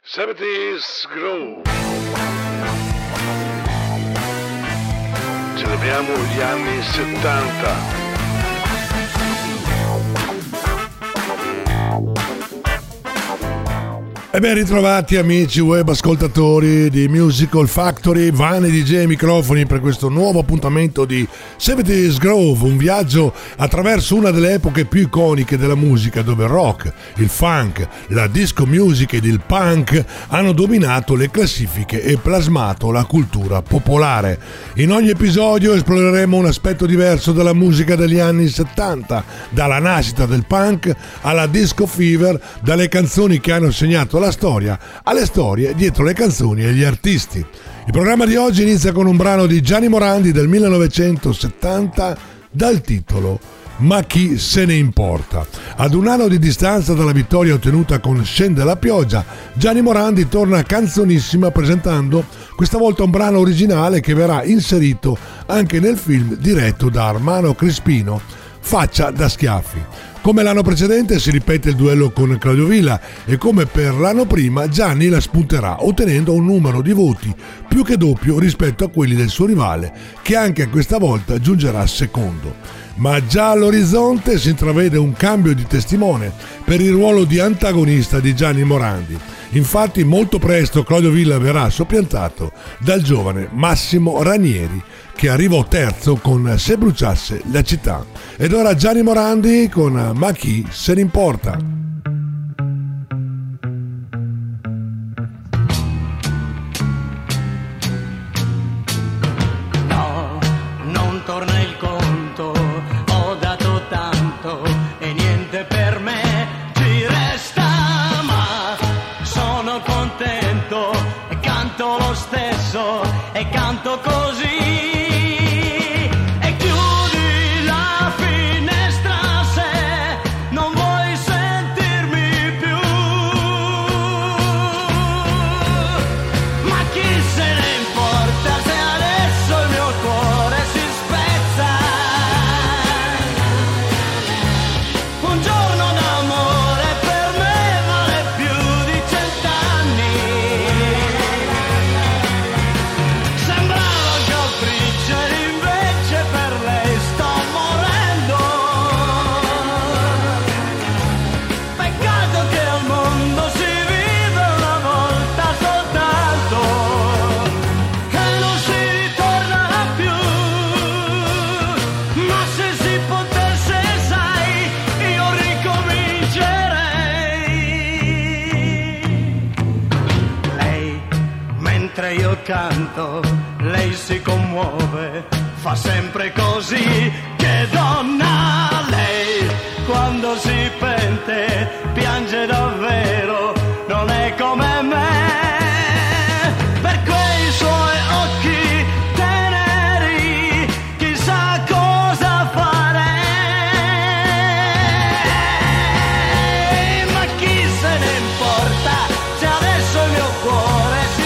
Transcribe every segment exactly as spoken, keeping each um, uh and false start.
seventies Groove. Celebriamo gli anni settanta. E ben ritrovati amici web ascoltatori di Musical Factory, Vani D J microfoni per questo nuovo appuntamento di seventies Groove, un viaggio attraverso una delle epoche più iconiche della musica, dove il rock, il funk, la disco music ed il punk hanno dominato le classifiche e plasmato la cultura popolare. In ogni episodio esploreremo un aspetto diverso della musica degli anni settanta, dalla nascita del punk alla disco fever, dalle canzoni che hanno segnato la la storia alle storie dietro le canzoni e gli artisti. Il programma di oggi inizia con un brano di Gianni Morandi del millenovecentosettanta dal titolo Ma chi se ne importa. Ad un anno di distanza dalla vittoria ottenuta con Scende la pioggia, Gianni Morandi torna canzonissima presentando questa volta un brano originale che verrà inserito anche nel film diretto da Armando Crispino, Faccia da schiaffi. Come l'anno precedente si ripete il duello con Claudio Villa e come per l'anno prima Gianni la spunterà ottenendo un numero di voti più che doppio rispetto a quelli del suo rivale, che anche questa volta giungerà secondo. Ma già all'orizzonte si intravede un cambio di testimone per il ruolo di antagonista di Gianni Morandi. Infatti molto presto Claudio Villa verrà soppiantato dal giovane Massimo Ranieri, che arrivò terzo con Se bruciasse la città. Ed ora Gianni Morandi con Ma chi se ne importa. No, non torna il conto, ho dato tanto e niente per me ci resta, ma sono contento e canto lo stesso e canto così. Canto, lei si commuove, fa sempre così, che donna lei, quando si pente, piange davvero, non è come me, per quei suoi occhi teneri, chissà cosa farei, ma chi se ne importa, se adesso il mio cuore si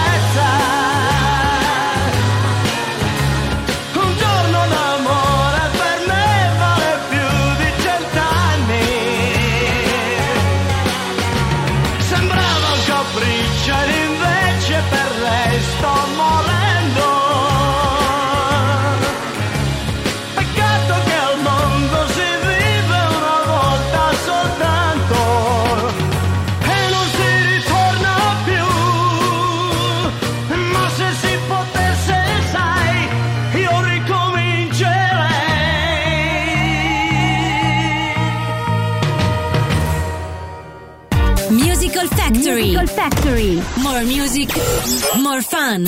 Musical Factory. More music, more fun.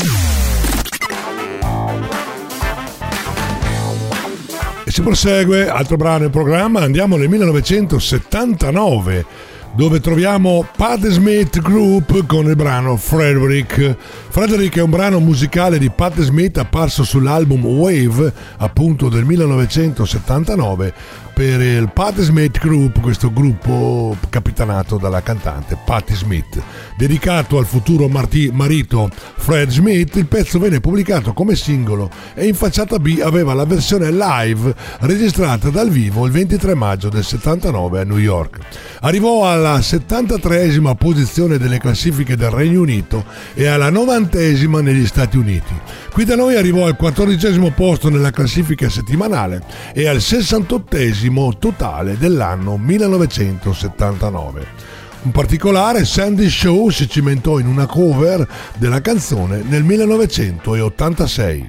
E si prosegue, altro brano in programma, andiamo nel millenovecentosettantanove, dove troviamo Patti Smith Group con il brano Frederick. Frederick è un brano musicale di Patti Smith apparso sull'album Wave, appunto del millenovecentosettantanove, per il Patti Smith Group, questo gruppo capitanato dalla cantante Patti Smith. Dedicato al futuro marti- marito Fred Smith, il pezzo venne pubblicato come singolo e in facciata B aveva la versione live registrata dal vivo il ventitré maggio del settantanove a New York. Arrivò alla settantatreesima posizione delle classifiche del Regno Unito e alla novantesima negli Stati Uniti. Qui da noi arrivò al quattordicesimo posto nella classifica settimanale e al sessantottesimo totale dell'anno millenovecentosettantanove. In particolare Sandy Shaw si cimentò in una cover della canzone nel millenovecentottantasei.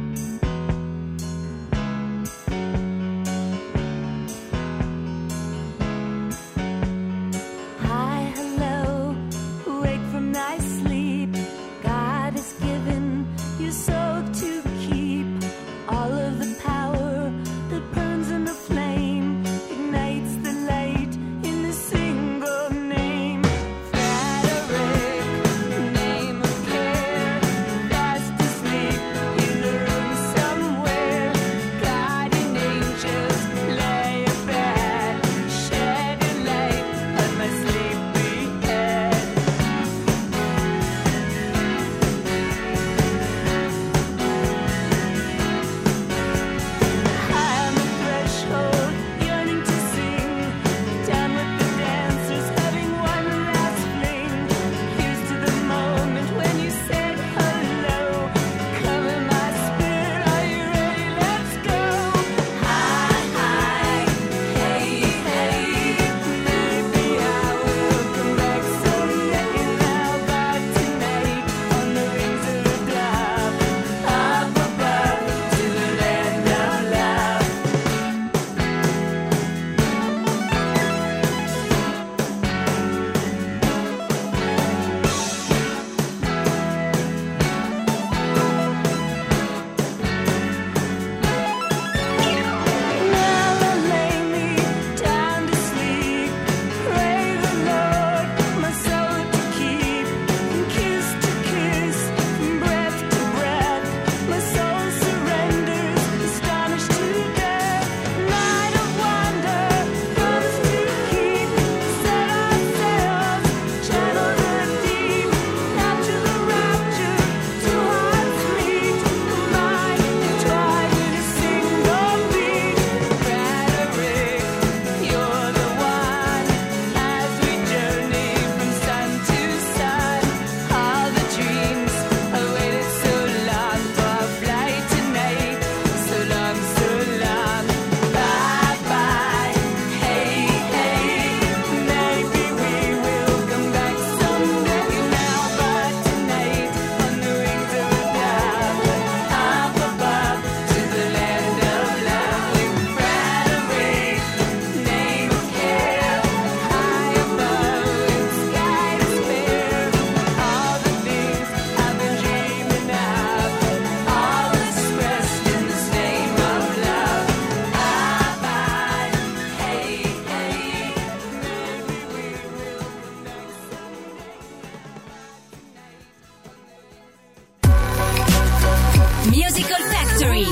Musical Factory.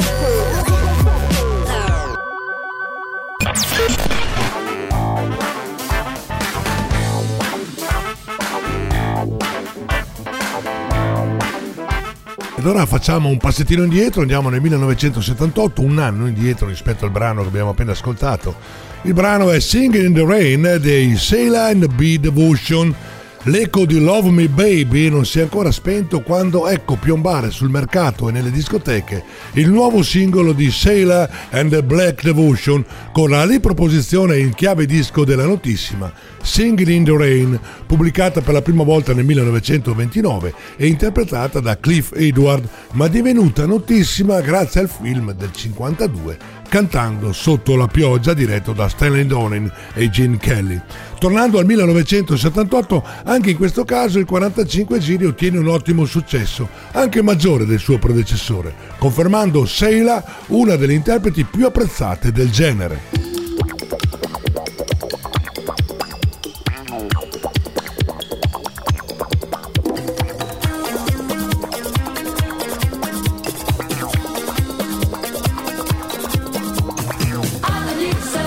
Ed ora facciamo un passettino indietro, andiamo nel millenovecentosettantotto, un anno indietro rispetto al brano che abbiamo appena ascoltato. Il brano è Singing in the Rain dei Sheila and the Devotion. L'eco di Love Me Baby non si è ancora spento quando ecco piombare sul mercato e nelle discoteche il nuovo singolo di Sheila and the Black Devotion con la riproposizione in chiave disco della notissima Singing in the Rain, pubblicata per la prima volta nel millenovecentoventinove e interpretata da Cliff Edward, ma divenuta notissima grazie al film del cinquantadue Cantando sotto la pioggia, diretto da Stanley Donen e Gene Kelly. Tornando al millenovecentosettantotto, anche in questo caso il quarantacinque giri ottiene un ottimo successo, anche maggiore del suo predecessore, confermando Sheila una delle interpreti più apprezzate del genere. Underneath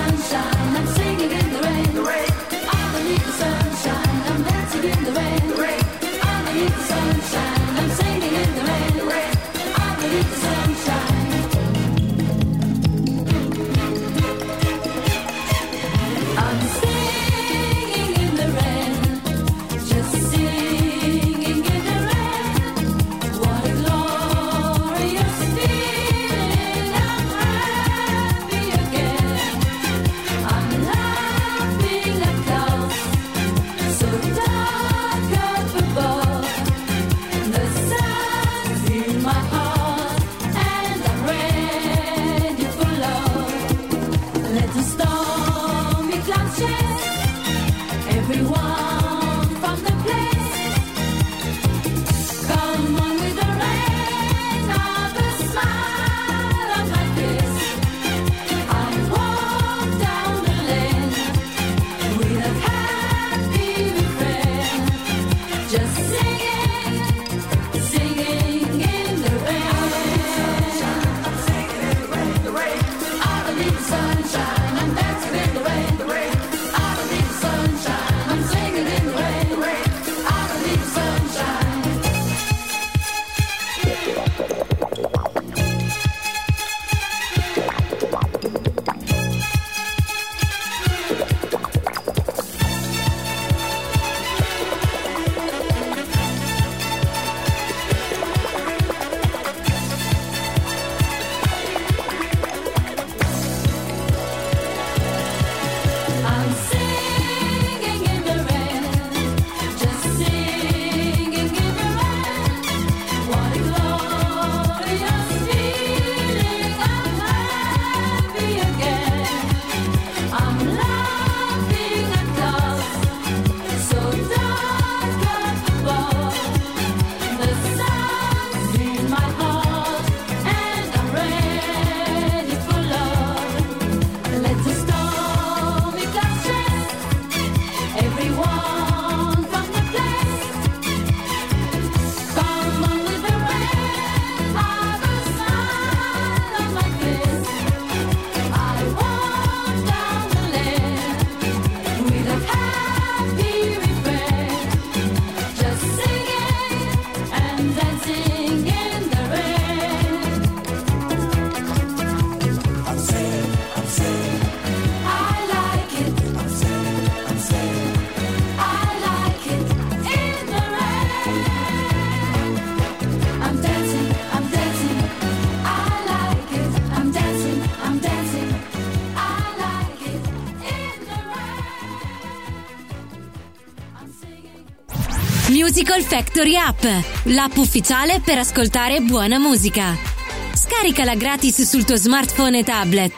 Musical Factory App, l'app ufficiale per ascoltare buona musica. Scaricala gratis sul tuo smartphone e tablet.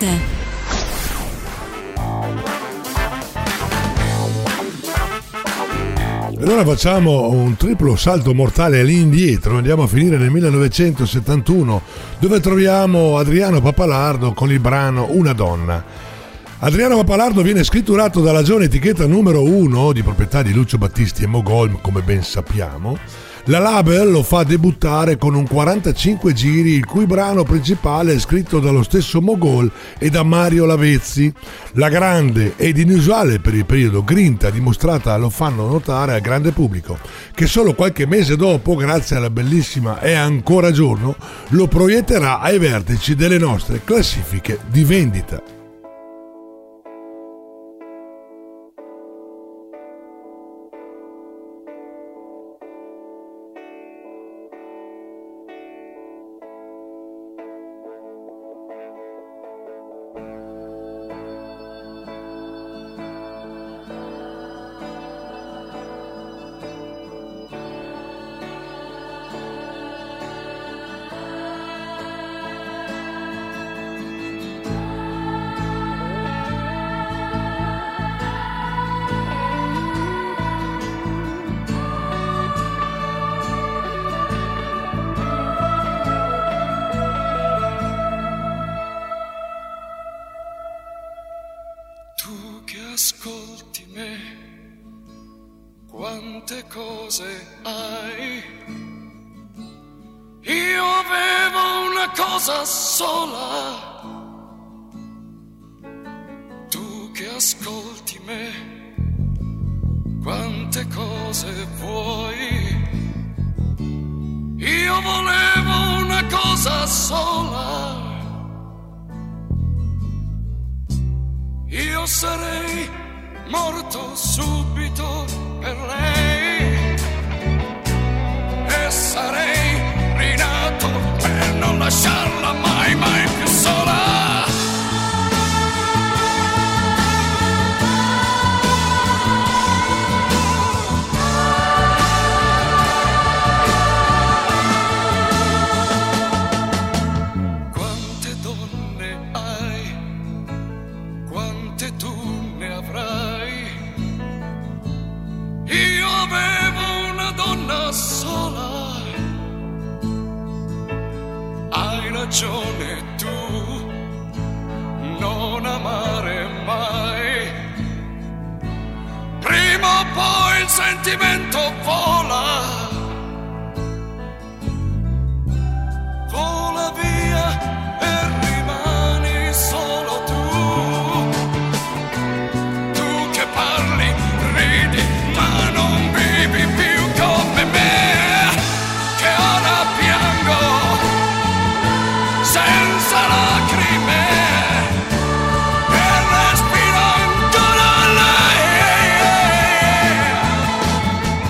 E allora facciamo un triplo salto mortale all'indietro, andiamo a finire nel millenovecentosettantuno, dove troviamo Adriano Pappalardo con il brano Una donna. Adriano Pappalardo viene scritturato dalla giovane etichetta numero uno di proprietà di Lucio Battisti e Mogol, come ben sappiamo. La label lo fa debuttare con un quarantacinque giri, il cui brano principale è scritto dallo stesso Mogol e da Mario Lavezzi. La grande ed inusuale per il periodo grinta dimostrata lo fanno notare al grande pubblico, che solo qualche mese dopo, grazie alla bellissima È ancora giorno, lo proietterà ai vertici delle nostre classifiche di vendita. Ascolti me, quante cose hai. Io avevo una cosa sola. Tu che ascolti me, quante cose vuoi. Io volevo una cosa sola. Io sarei morto subito per lei e sarei rinato per non lasciarla mai, mai più sola. Quante donne hai? Quante tu ne avrai? Io avevo una donna sola. Hai ragione tu, non amare mai. Prima o poi il sentimento vola. Vola via e rimani solo tu. Tu che parli, ridi, ma non vivi più come me, che ora piango senza lacrime e respiro ancora lei.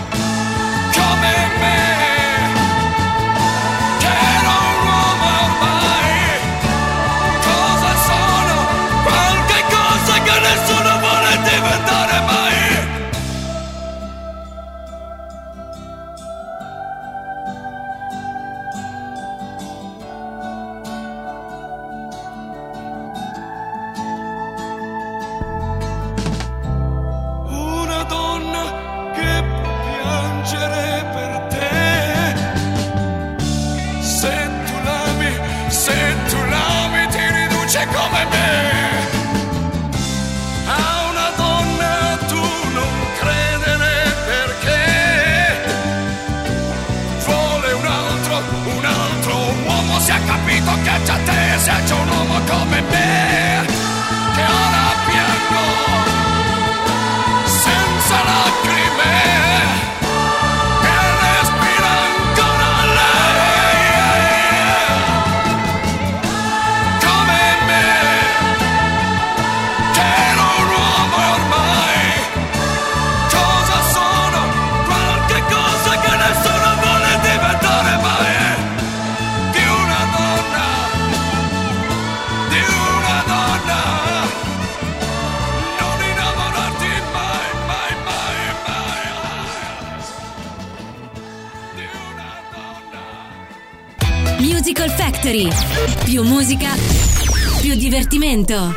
Musical Factory. Più musica, più divertimento.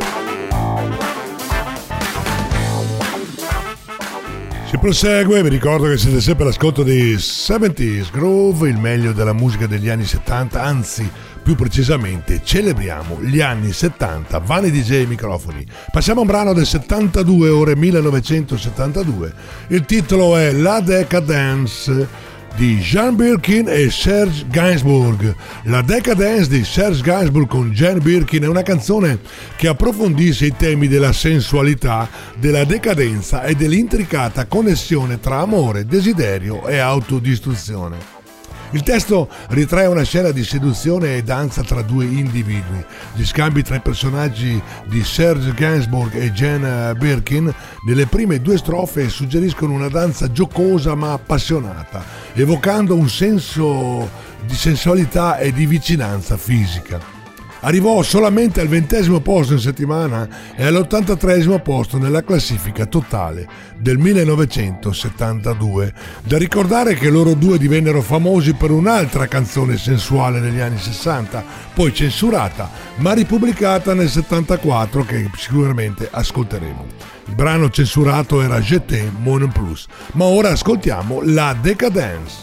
Si prosegue, vi ricordo che siete sempre all'ascolto di seventies Groove, il meglio della musica degli anni settanta, anzi più precisamente celebriamo gli anni settanta. Vani D J microfoni. Passiamo a un brano del settantadue, ore millenovecentosettantadue. Il titolo è La Decadence di Jan Birkin e Serge Gainsbourg. La Decadence di Serge Gainsbourg con Jan Birkin è una canzone che approfondisce i temi della sensualità, della decadenza e dell'intricata connessione tra amore, desiderio e autodistruzione. Il testo ritrae una scena di seduzione e danza tra due individui. Gli scambi tra i personaggi di Serge Gainsbourg e Jan Birkin nelle prime due strofe suggeriscono una danza giocosa ma appassionata, evocando un senso di sensualità e di vicinanza fisica. Arrivò solamente al ventesimo posto in settimana e all'ottantatreesimo posto nella classifica totale del millenovecentosettantadue. Da ricordare che loro due divennero famosi per un'altra canzone sensuale degli anni sessanta, poi censurata, ma ripubblicata nel settantaquattro, che sicuramente ascolteremo. Il brano censurato era Je t'aime mon plus, ma ora ascoltiamo La Decadence.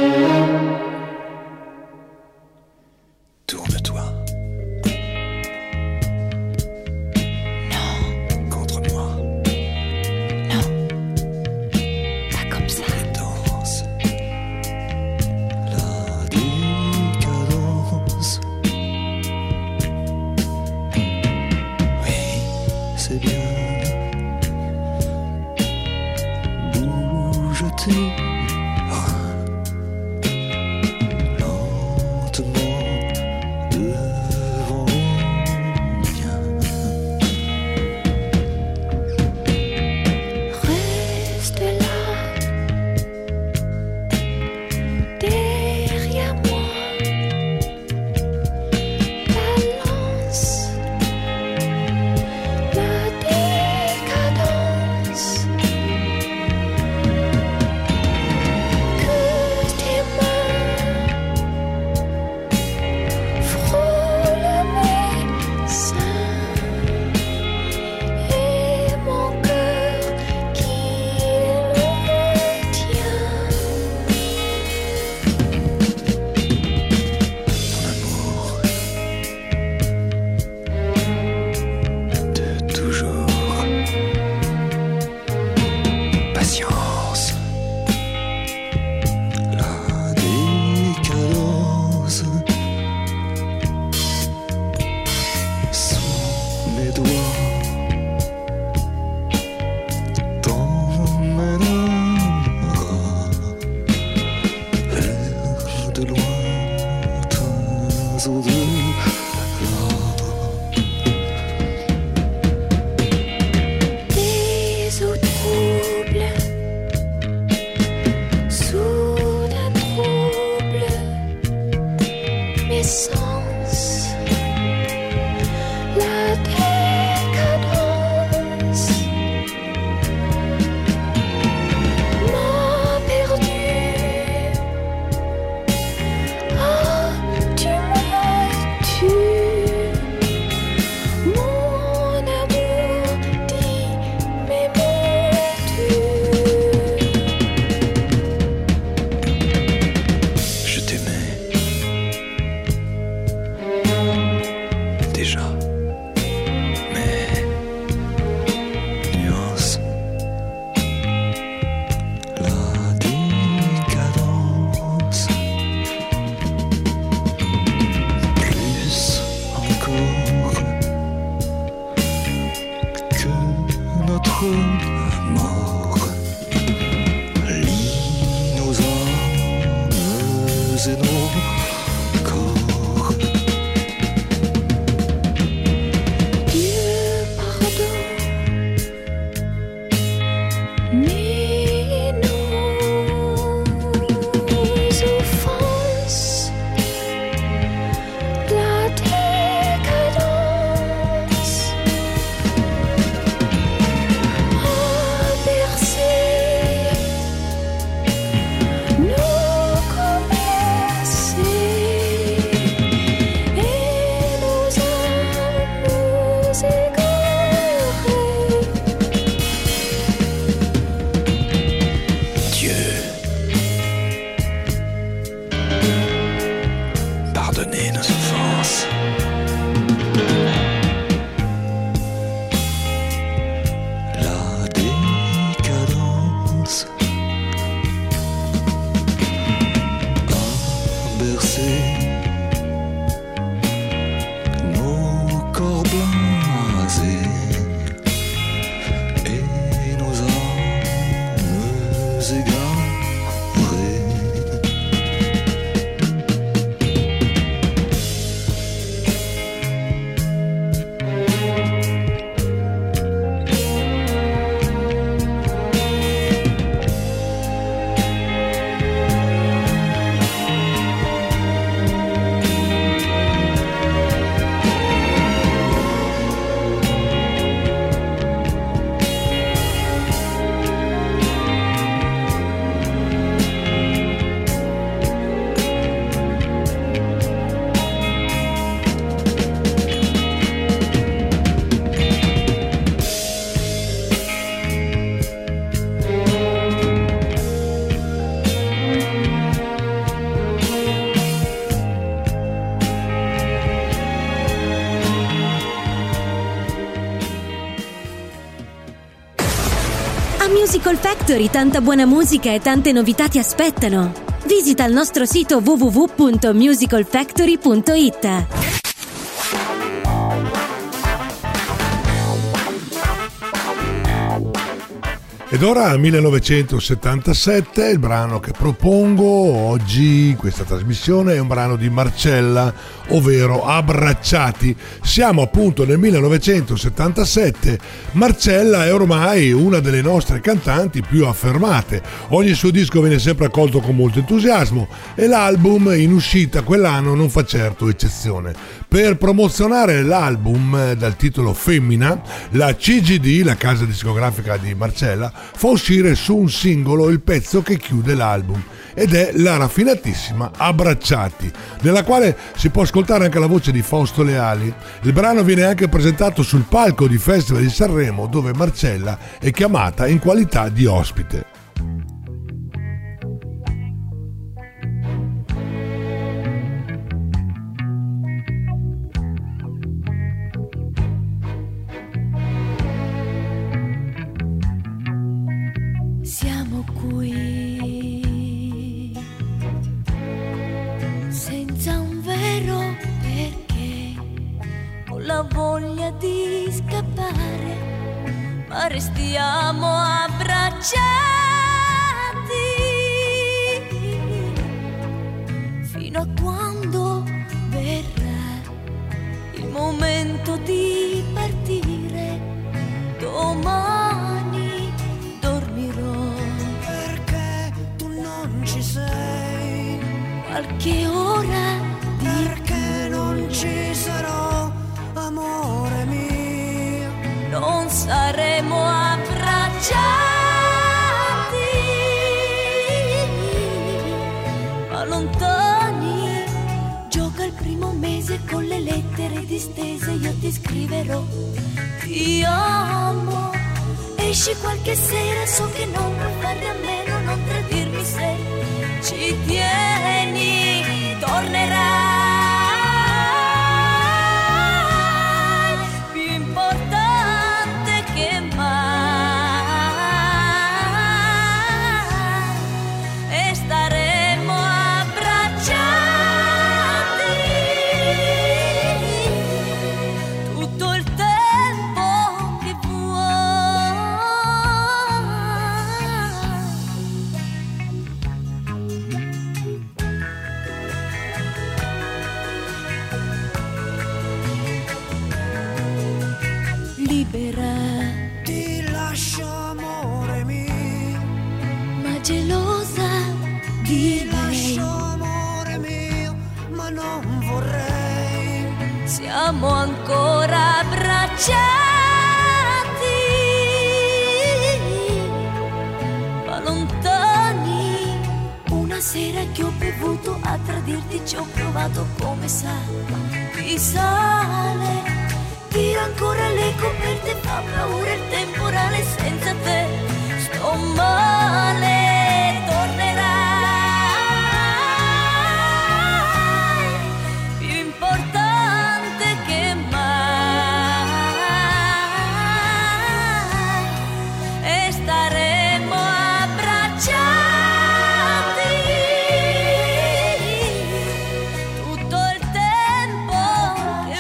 Tourne-toi. Musical Factory, tanta buona musica e tante novità ti aspettano. Visita il nostro sito w w w punto musical factory punto i t. Ed ora millenovecentosettantasette, il brano che propongo oggi in questa trasmissione è un brano di Marcella, ovvero Abbracciati. Siamo appunto nel millenovecentosettantasette, Marcella è ormai una delle nostre cantanti più affermate, ogni suo disco viene sempre accolto con molto entusiasmo e l'album in uscita quell'anno non fa certo eccezione. Per promozionare l'album dal titolo Femmina, la C G D, la casa discografica di Marcella, fa uscire su un singolo il pezzo che chiude l'album ed è la raffinatissima Abbracciati, nella quale si può ascoltare anche la voce di Fausto Leali. Il brano viene anche presentato sul palco di Festival di Sanremo, dove Marcella è chiamata in qualità di ospite. Siamo qui senza un vero perché, con la voglia di scappare, ma restiamo abbracciati fino a quando verrà il momento di partire. Domani dormirò perché tu non ci sei, qualche ora di perché più. Non ci sarò, amore mio, non saremo abbracciati, ma lontani. Gioca il primo mese con le lettere distese, io ti scriverò ti amo. Esci qualche sera, so che non puoi fare a meno, non tradirmi se ci tieni, tornerai, più importante che mai, e staremo abbracciati tutto il tempo che vuoi. Libera, ti lascio amore mio, ma gelosa di ti lei. Lascio amore mio, ma non vorrei. Siamo ancora abbracciati, ma lontani. Una sera che ho bevuto a tradirti ci ho provato, come sa, ti sale. Tira ancora le coperte, fa paura il temporale, senza te sto male, tornerai, più importante che mai, e staremo abbracciati tutto il tempo che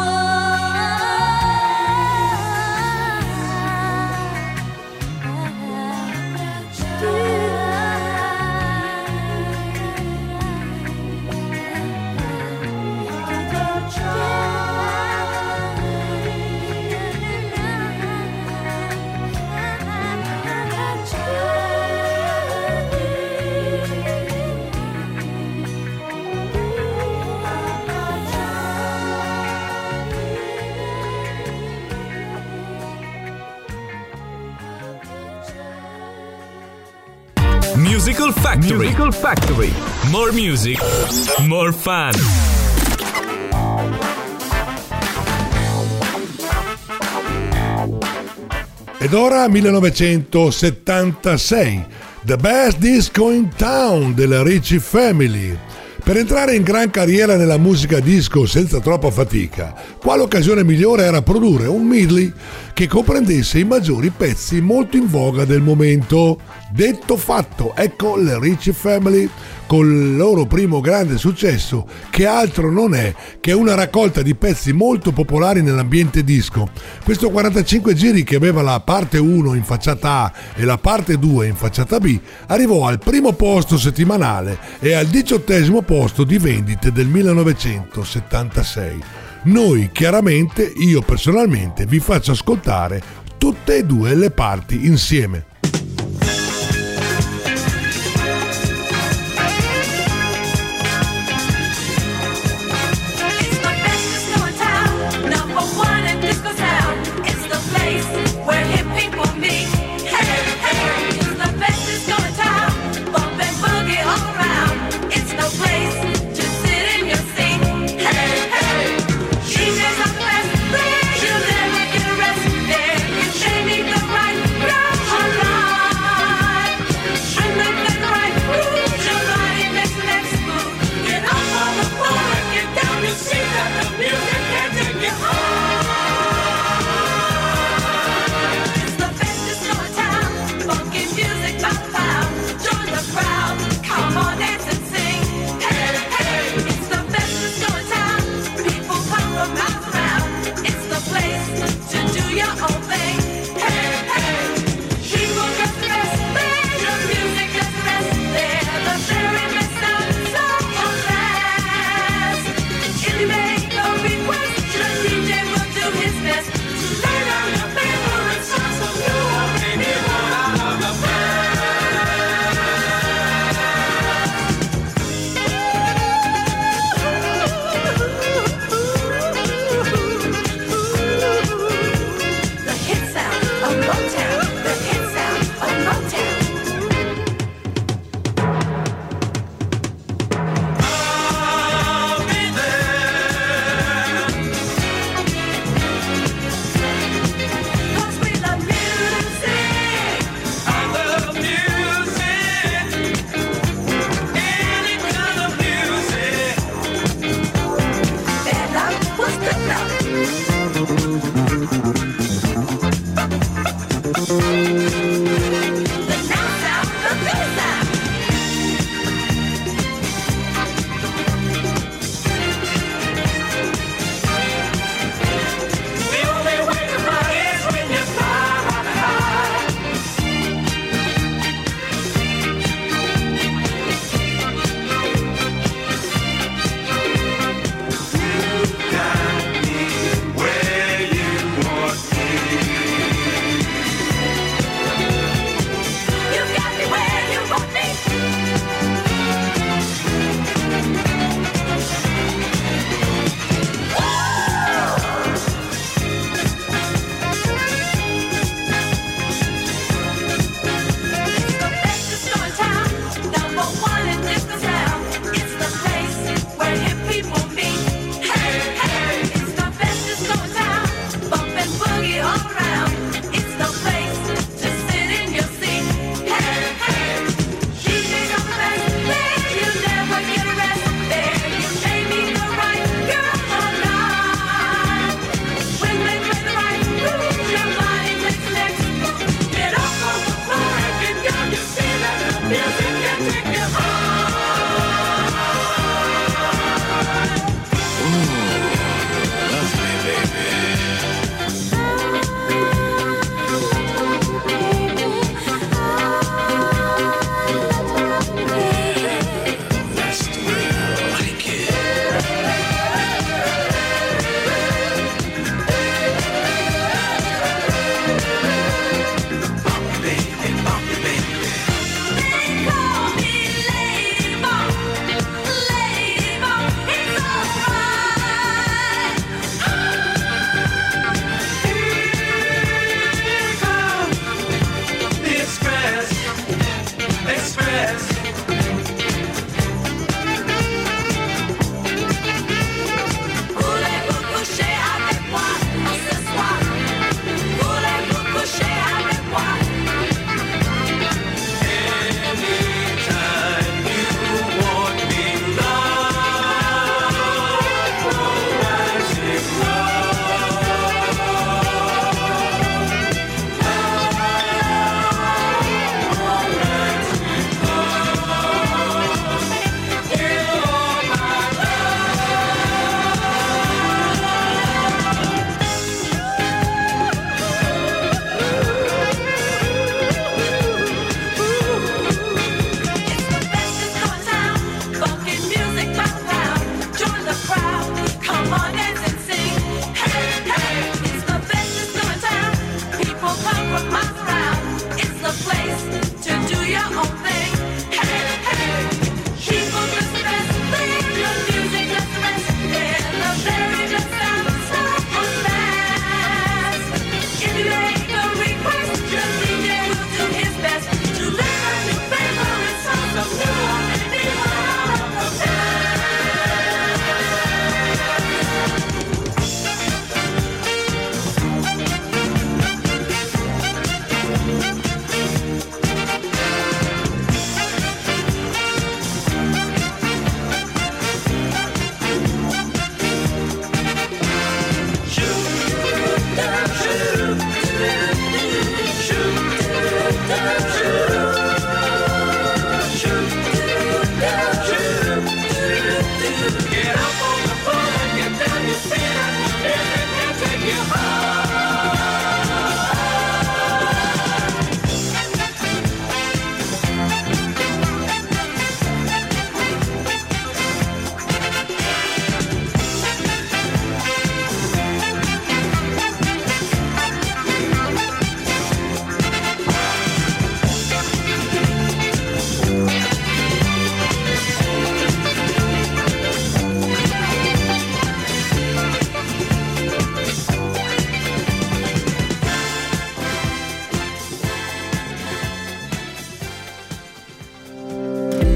Musical Factory. Musical Factory. More music, more fun. Ed ora millenovecentosettantasei, The Best Disco in Town della Ricci Family. Per entrare in gran carriera nella musica disco senza troppa fatica, quale occasione migliore era produrre un medley che comprendesse i maggiori pezzi molto in voga del momento. Detto fatto, ecco le Ritchie Family con il loro primo grande successo, che altro non è che una raccolta di pezzi molto popolari nell'ambiente disco. Questo quarantacinque giri, che aveva la parte uno in facciata A e la parte due in facciata B, arrivò al primo posto settimanale e al diciottesimo posto di vendite del millenovecentosettantasei. Noi chiaramente, io personalmente, vi faccio ascoltare tutte e due le parti insieme.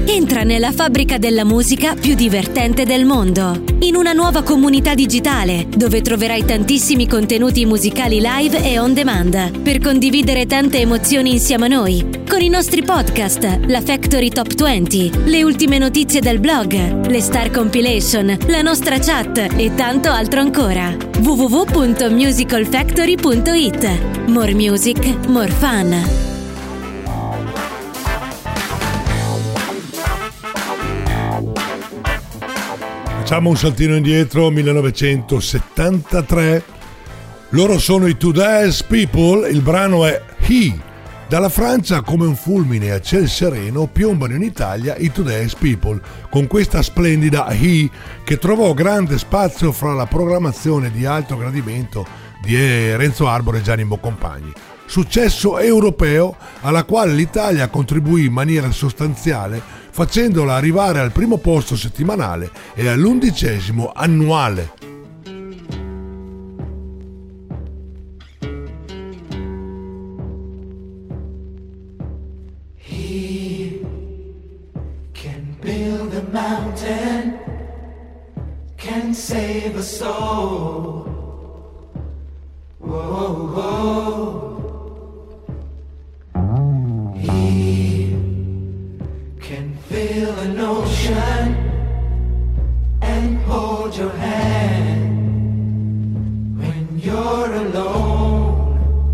Entra nella fabbrica della musica più divertente del mondo, in una nuova comunità digitale dove troverai tantissimi contenuti musicali live e on demand per condividere tante emozioni insieme a noi, con i nostri podcast, la Factory Top venti, le ultime notizie del blog, le Star Compilation, la nostra chat e tanto altro ancora. w w w punto musical factory punto i t. More music, more fun. Facciamo un saltino indietro, millenovecentosettantatré. Loro sono i Today's People, il brano è He. Dalla Francia, come un fulmine a ciel sereno, piombano in Italia i Today's People con questa splendida He, che trovò grande spazio fra la programmazione di alto gradimento di Renzo Arbore e Gianni Boncompagni. Successo europeo alla quale l'Italia contribuì in maniera sostanziale, facendola arrivare al primo posto settimanale e all'undicesimo annuale. He can build a mountain, can save a soul. Whoa, whoa. He can fill an ocean and hold your hand when you're alone.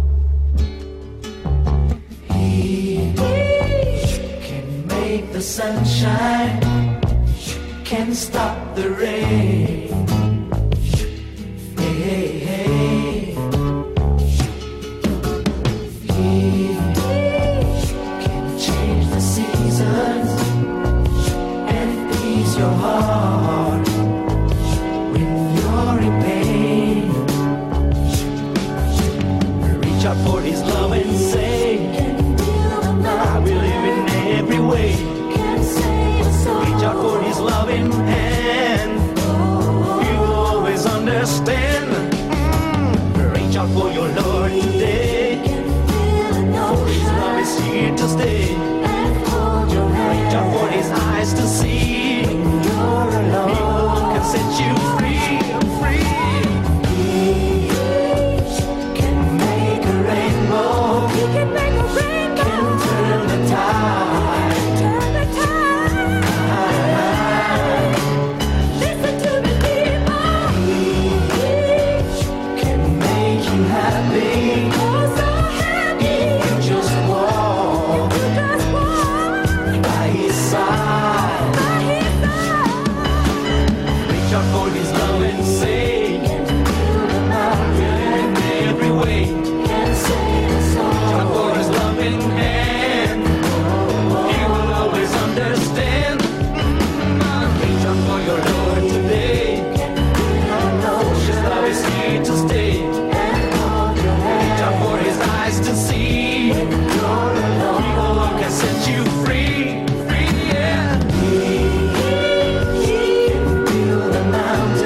He can make the sunshine, can stop the rain. Hey, hey. He can change the seasons and ease your heart when you're in pain. Reach out for his love and say, I believe in every way. Reach out for his loving hand, you will always understand. Reach out for your Lord today, for his love is here to stay. Reach out for his eyes to see, he will look and set you free, free. He can make a rainbow, can turn the tide. Listen to me, people. He can make you happy. If you just walk by his side. Reach out for his love and say, in every way. Reach out for his loving hand, he will always understand. Reach out for your Lord today, for his love is here to stay. Reach out for his eyes to see, he will look and set you free, free, yeah. He can build a mountain.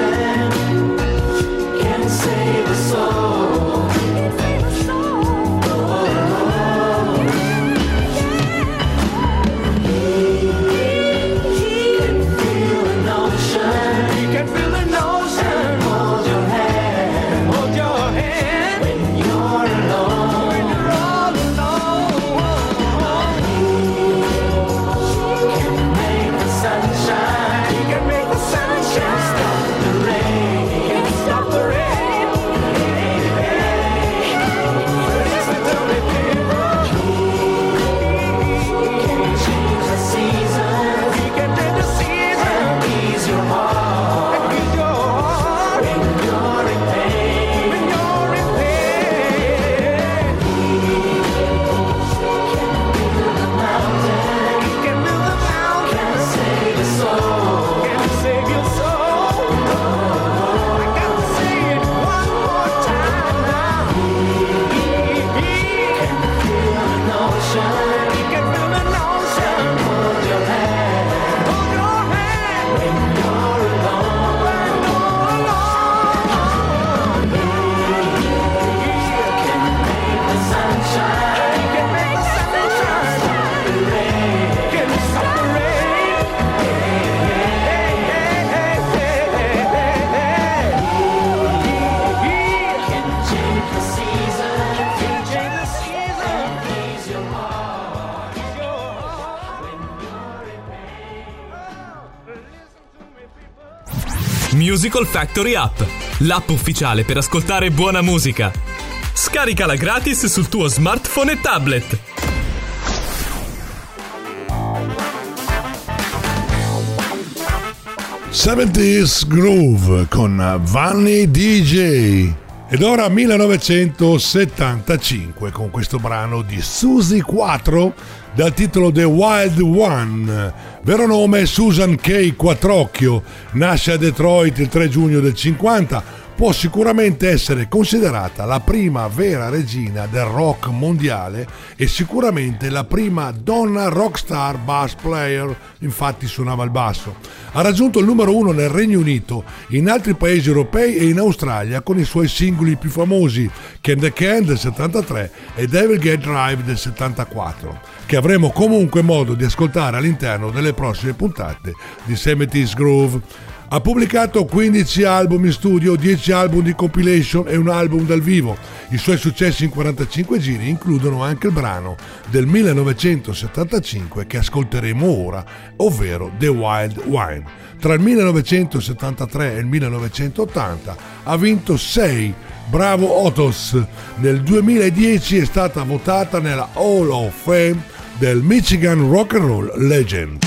Musical Factory App, l'app ufficiale per ascoltare buona musica. Scaricala gratis sul tuo smartphone e tablet. seventies Groove con Vanni D J. Ed ora millenovecentosettantacinque con questo brano di Susie quattro dal titolo The Wild One. Vero nome Susan K. Quattrocchio, nasce a Detroit il tre giugno del cinquanta. Può sicuramente essere considerata la prima vera regina del rock mondiale e sicuramente la prima donna rockstar bass player, infatti suonava il basso. Ha raggiunto il numero uno nel Regno Unito, in altri paesi europei e in Australia con i suoi singoli più famosi Can the Can del settantatré e Devil Get Drive del settantaquattro, che avremo comunque modo di ascoltare all'interno delle prossime puntate di seventies Groove. Ha pubblicato quindici album in studio, dieci album di compilation e un album dal vivo. I suoi successi in quarantacinque giri includono anche il brano del millenovecentosettantacinque che ascolteremo ora, ovvero The Wild One. Tra il millenovecentosettantatré e il millenovecentottanta ha vinto sei Bravo Otos. Nel duemiladieci è stata votata nella Hall of Fame del Michigan Rock and Roll Legend.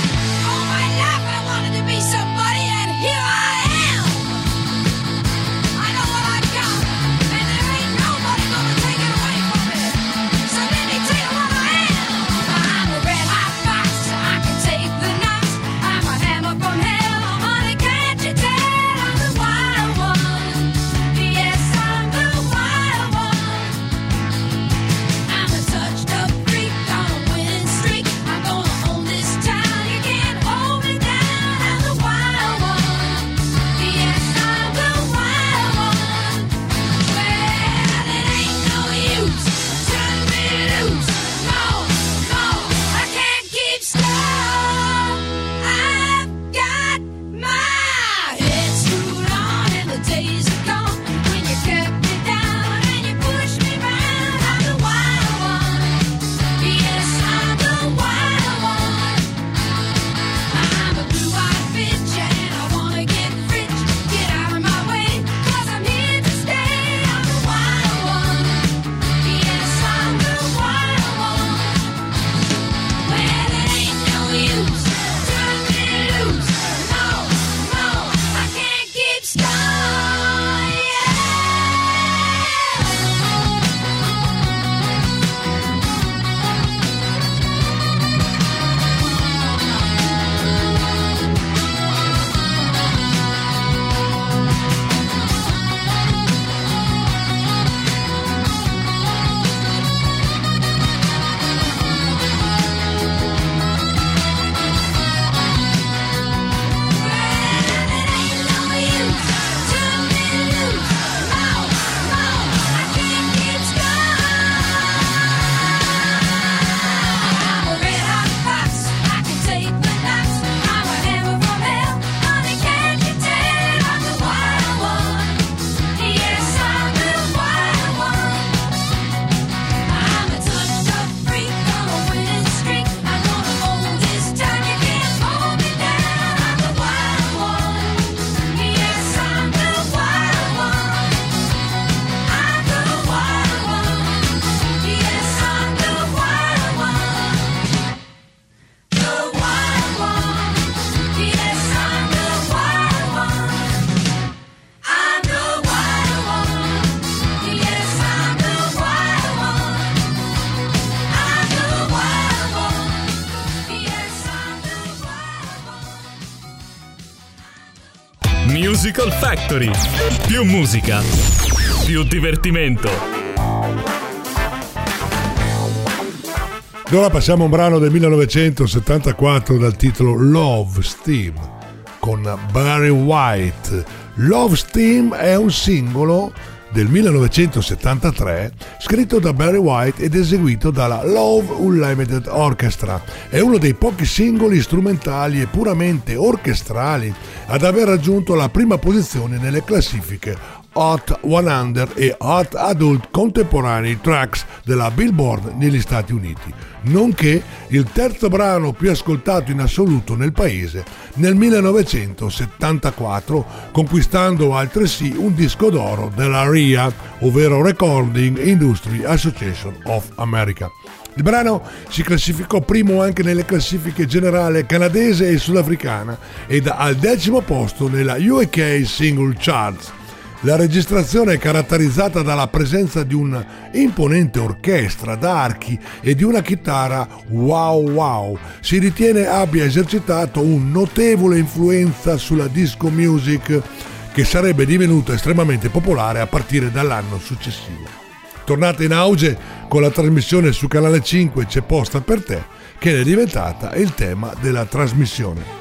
Musical Factory. Più musica, più divertimento. Ora passiamo a un brano del millenovecentosettantaquattro dal titolo Love Steam con Barry White. Love Steam è un singolo del millenovecentosettantatré scritto da Barry White ed eseguito dalla Love Unlimited Orchestra. È uno dei pochi singoli strumentali e puramente orchestrali ad aver raggiunto la prima posizione nelle classifiche Hot cento e Hot Adult Contemporary Tracks della Billboard negli Stati Uniti, nonché il terzo brano più ascoltato in assoluto nel paese nel millenovecentosettantaquattro, conquistando altresì un disco d'oro della R I A, ovvero Recording Industry Association of America. Il brano si classificò primo anche nelle classifiche generali canadese e sudafricana ed al decimo posto nella U K Single Charts. La registrazione è caratterizzata dalla presenza di un'imponente orchestra d'archi e di una chitarra wow wow. Si ritiene abbia esercitato un notevole influenza sulla disco music, che sarebbe divenuta estremamente popolare a partire dall'anno successivo. Tornata in auge con la trasmissione su Canale cinque C'è posta per te, che è diventata il tema della trasmissione.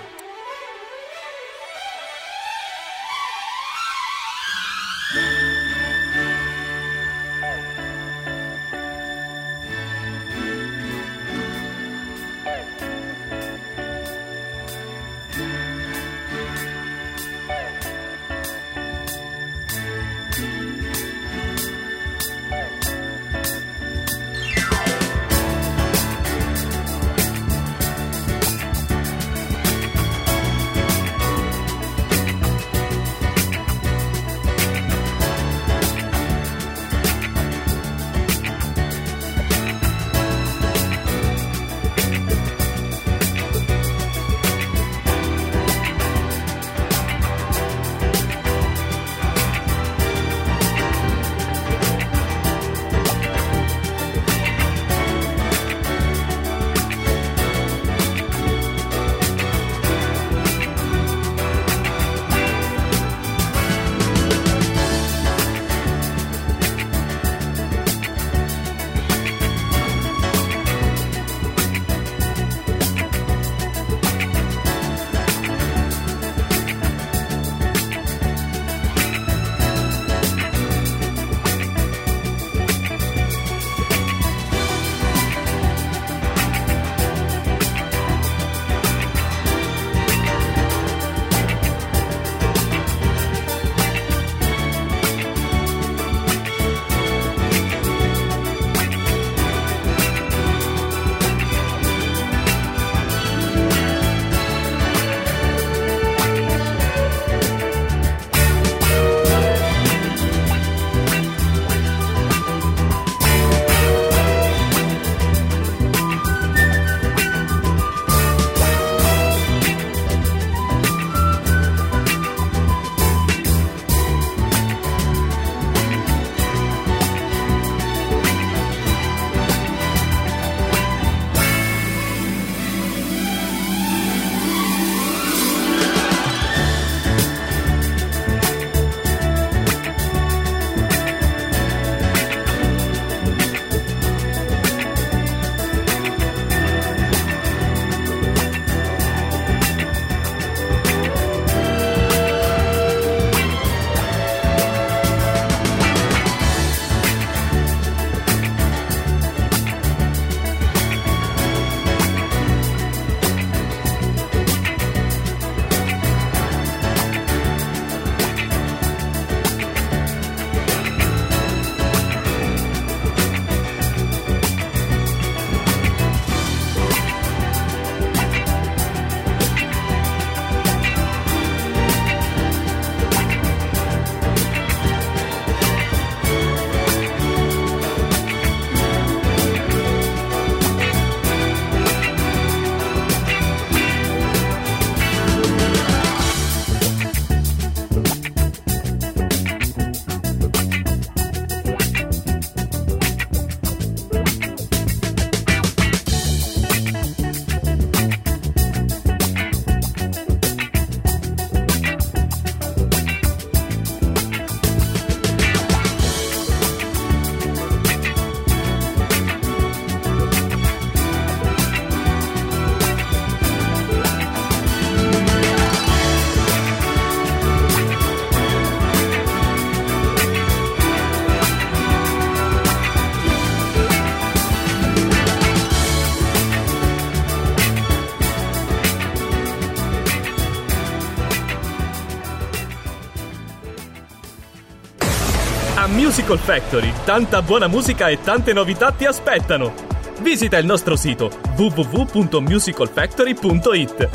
Musical Factory, tanta buona musica e tante novità ti aspettano. Visita il nostro sito w w w punto musical factory punto i t.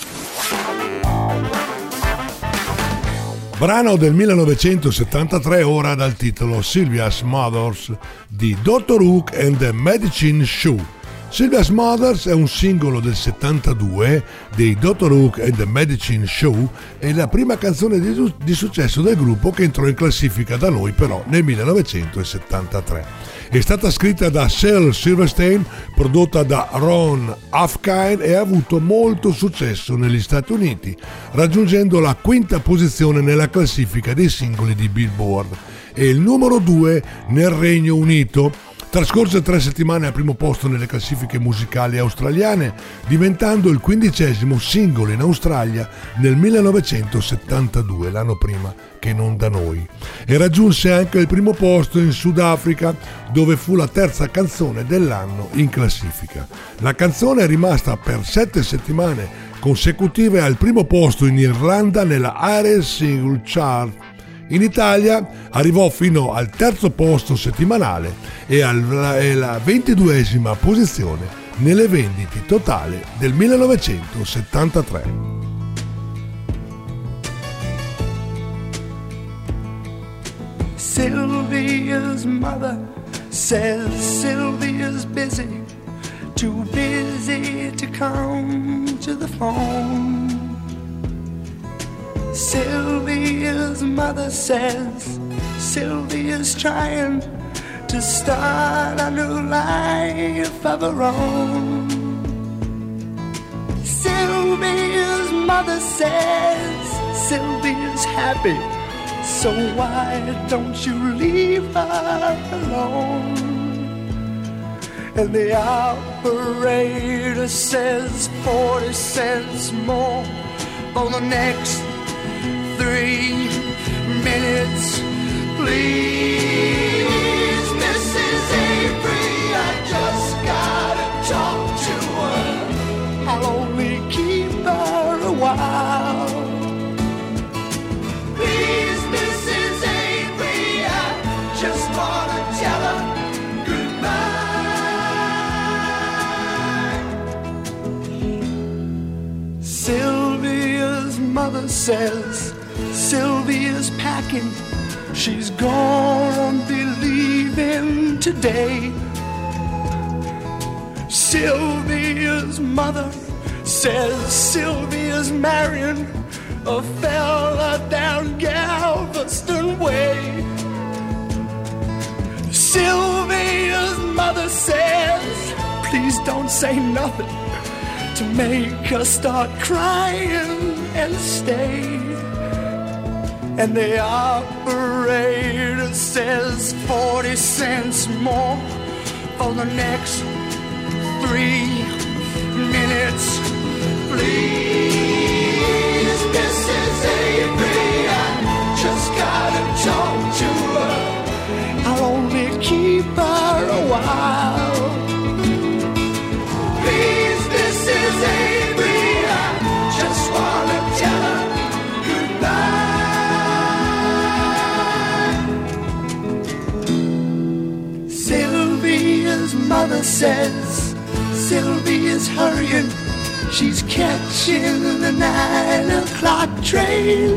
Brano del millenovecentosettantatré, ora dal titolo Sylvia's Mothers di doctor Hook and the Medicine Show. Sylvia's Mothers è un singolo del settantadue dei doctor Hook and the Medicine Show e la prima canzone di, di successo del gruppo, che entrò in classifica da noi però nel millenovecentosettantatré. È stata scritta da Shel Silverstein, prodotta da Ron Afkine e ha avuto molto successo negli Stati Uniti, raggiungendo la quinta posizione nella classifica dei singoli di Billboard e il numero due nel Regno Unito. Trascorse tre settimane al primo posto nelle classifiche musicali australiane, diventando il quindicesimo singolo in Australia nel millenovecentosettantadue, l'anno prima che non da noi, e raggiunse anche il primo posto in Sudafrica, dove fu la terza canzone dell'anno in classifica. La canzone è rimasta per sette settimane consecutive al primo posto in Irlanda nella Irish Single Chart. In Italia arrivò fino al terzo posto settimanale e alla ventiduesima posizione nelle vendite totali del millenovecentosettantatré. Sylvia's mother says Sylvia's busy, too busy to come to the phone. Sylvia's mother says Sylvia's trying to start a new life of her own. Sylvia's mother says Sylvia's happy, so why don't you leave her alone? And the operator says forty cents more for the next three minutes, please. Missus Avery, I just gotta talk to her. I'll only keep her a while. Please, Missus Avery, I just wanna tell her goodbye. Sylvia's mother says Sylvia's packing, she's gonna be leaving today. Sylvia's mother says Sylvia's marrying a fella down Galveston Way. Sylvia's mother says, please don't say nothing to make her start crying and stay. And the operator says forty cents more for the next three minutes, please. Missus Avery, I just gotta talk to her. I'll only keep her a while. Please, Missus Avery, I just wanna tell her goodbye. Sylvia's mother says Sylvia's hurrying, she's catching the nine o'clock train.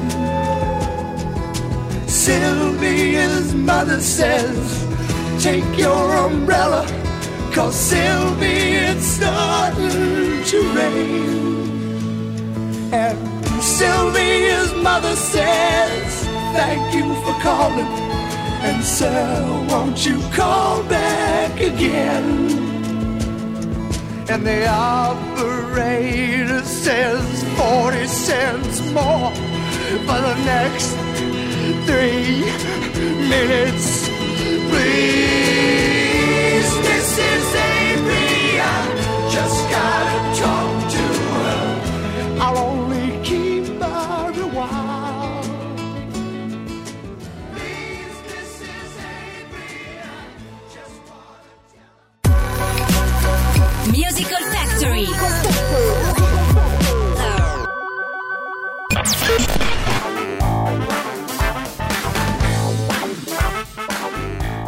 Sylvia's mother says, take your umbrella, 'cause Sylvia, it's starting to rain. And Sylvia's mother says, thank you for calling, and sir, won't you call back again? And the operator says forty cents more for the next three minutes, please. Missus Avery, I just gotta talk to her. I'll only keep her a while. Please, Missus Avery, I just wanna tell her. Musical Factory.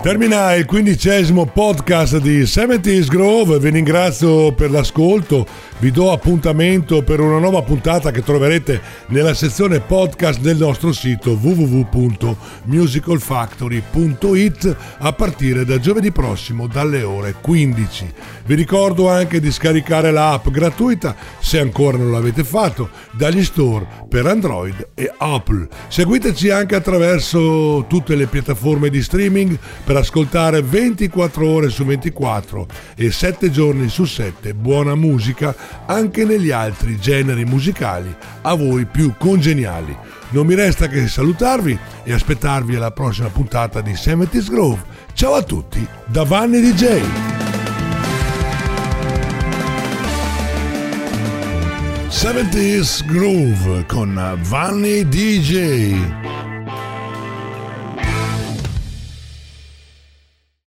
Termina il quindicesimo podcast di seventies Groove, vi ringrazio per l'ascolto, vi do appuntamento per una nuova puntata che troverete nella sezione podcast del nostro sito w w w punto musical factory punto i t a partire da giovedì prossimo dalle ore quindici. Vi ricordo anche di scaricare l'app gratuita, se ancora non l'avete fatto, dagli store per Android e Apple. Seguiteci anche attraverso tutte le piattaforme di streaming per ascoltare ventiquattro ore su ventiquattro e sette giorni su sette buona musica anche negli altri generi musicali a voi più congeniali. Non mi resta che salutarvi e aspettarvi alla prossima puntata di seventies Groove. Ciao a tutti da Vanni D J. seventies Groove con Vanni D J.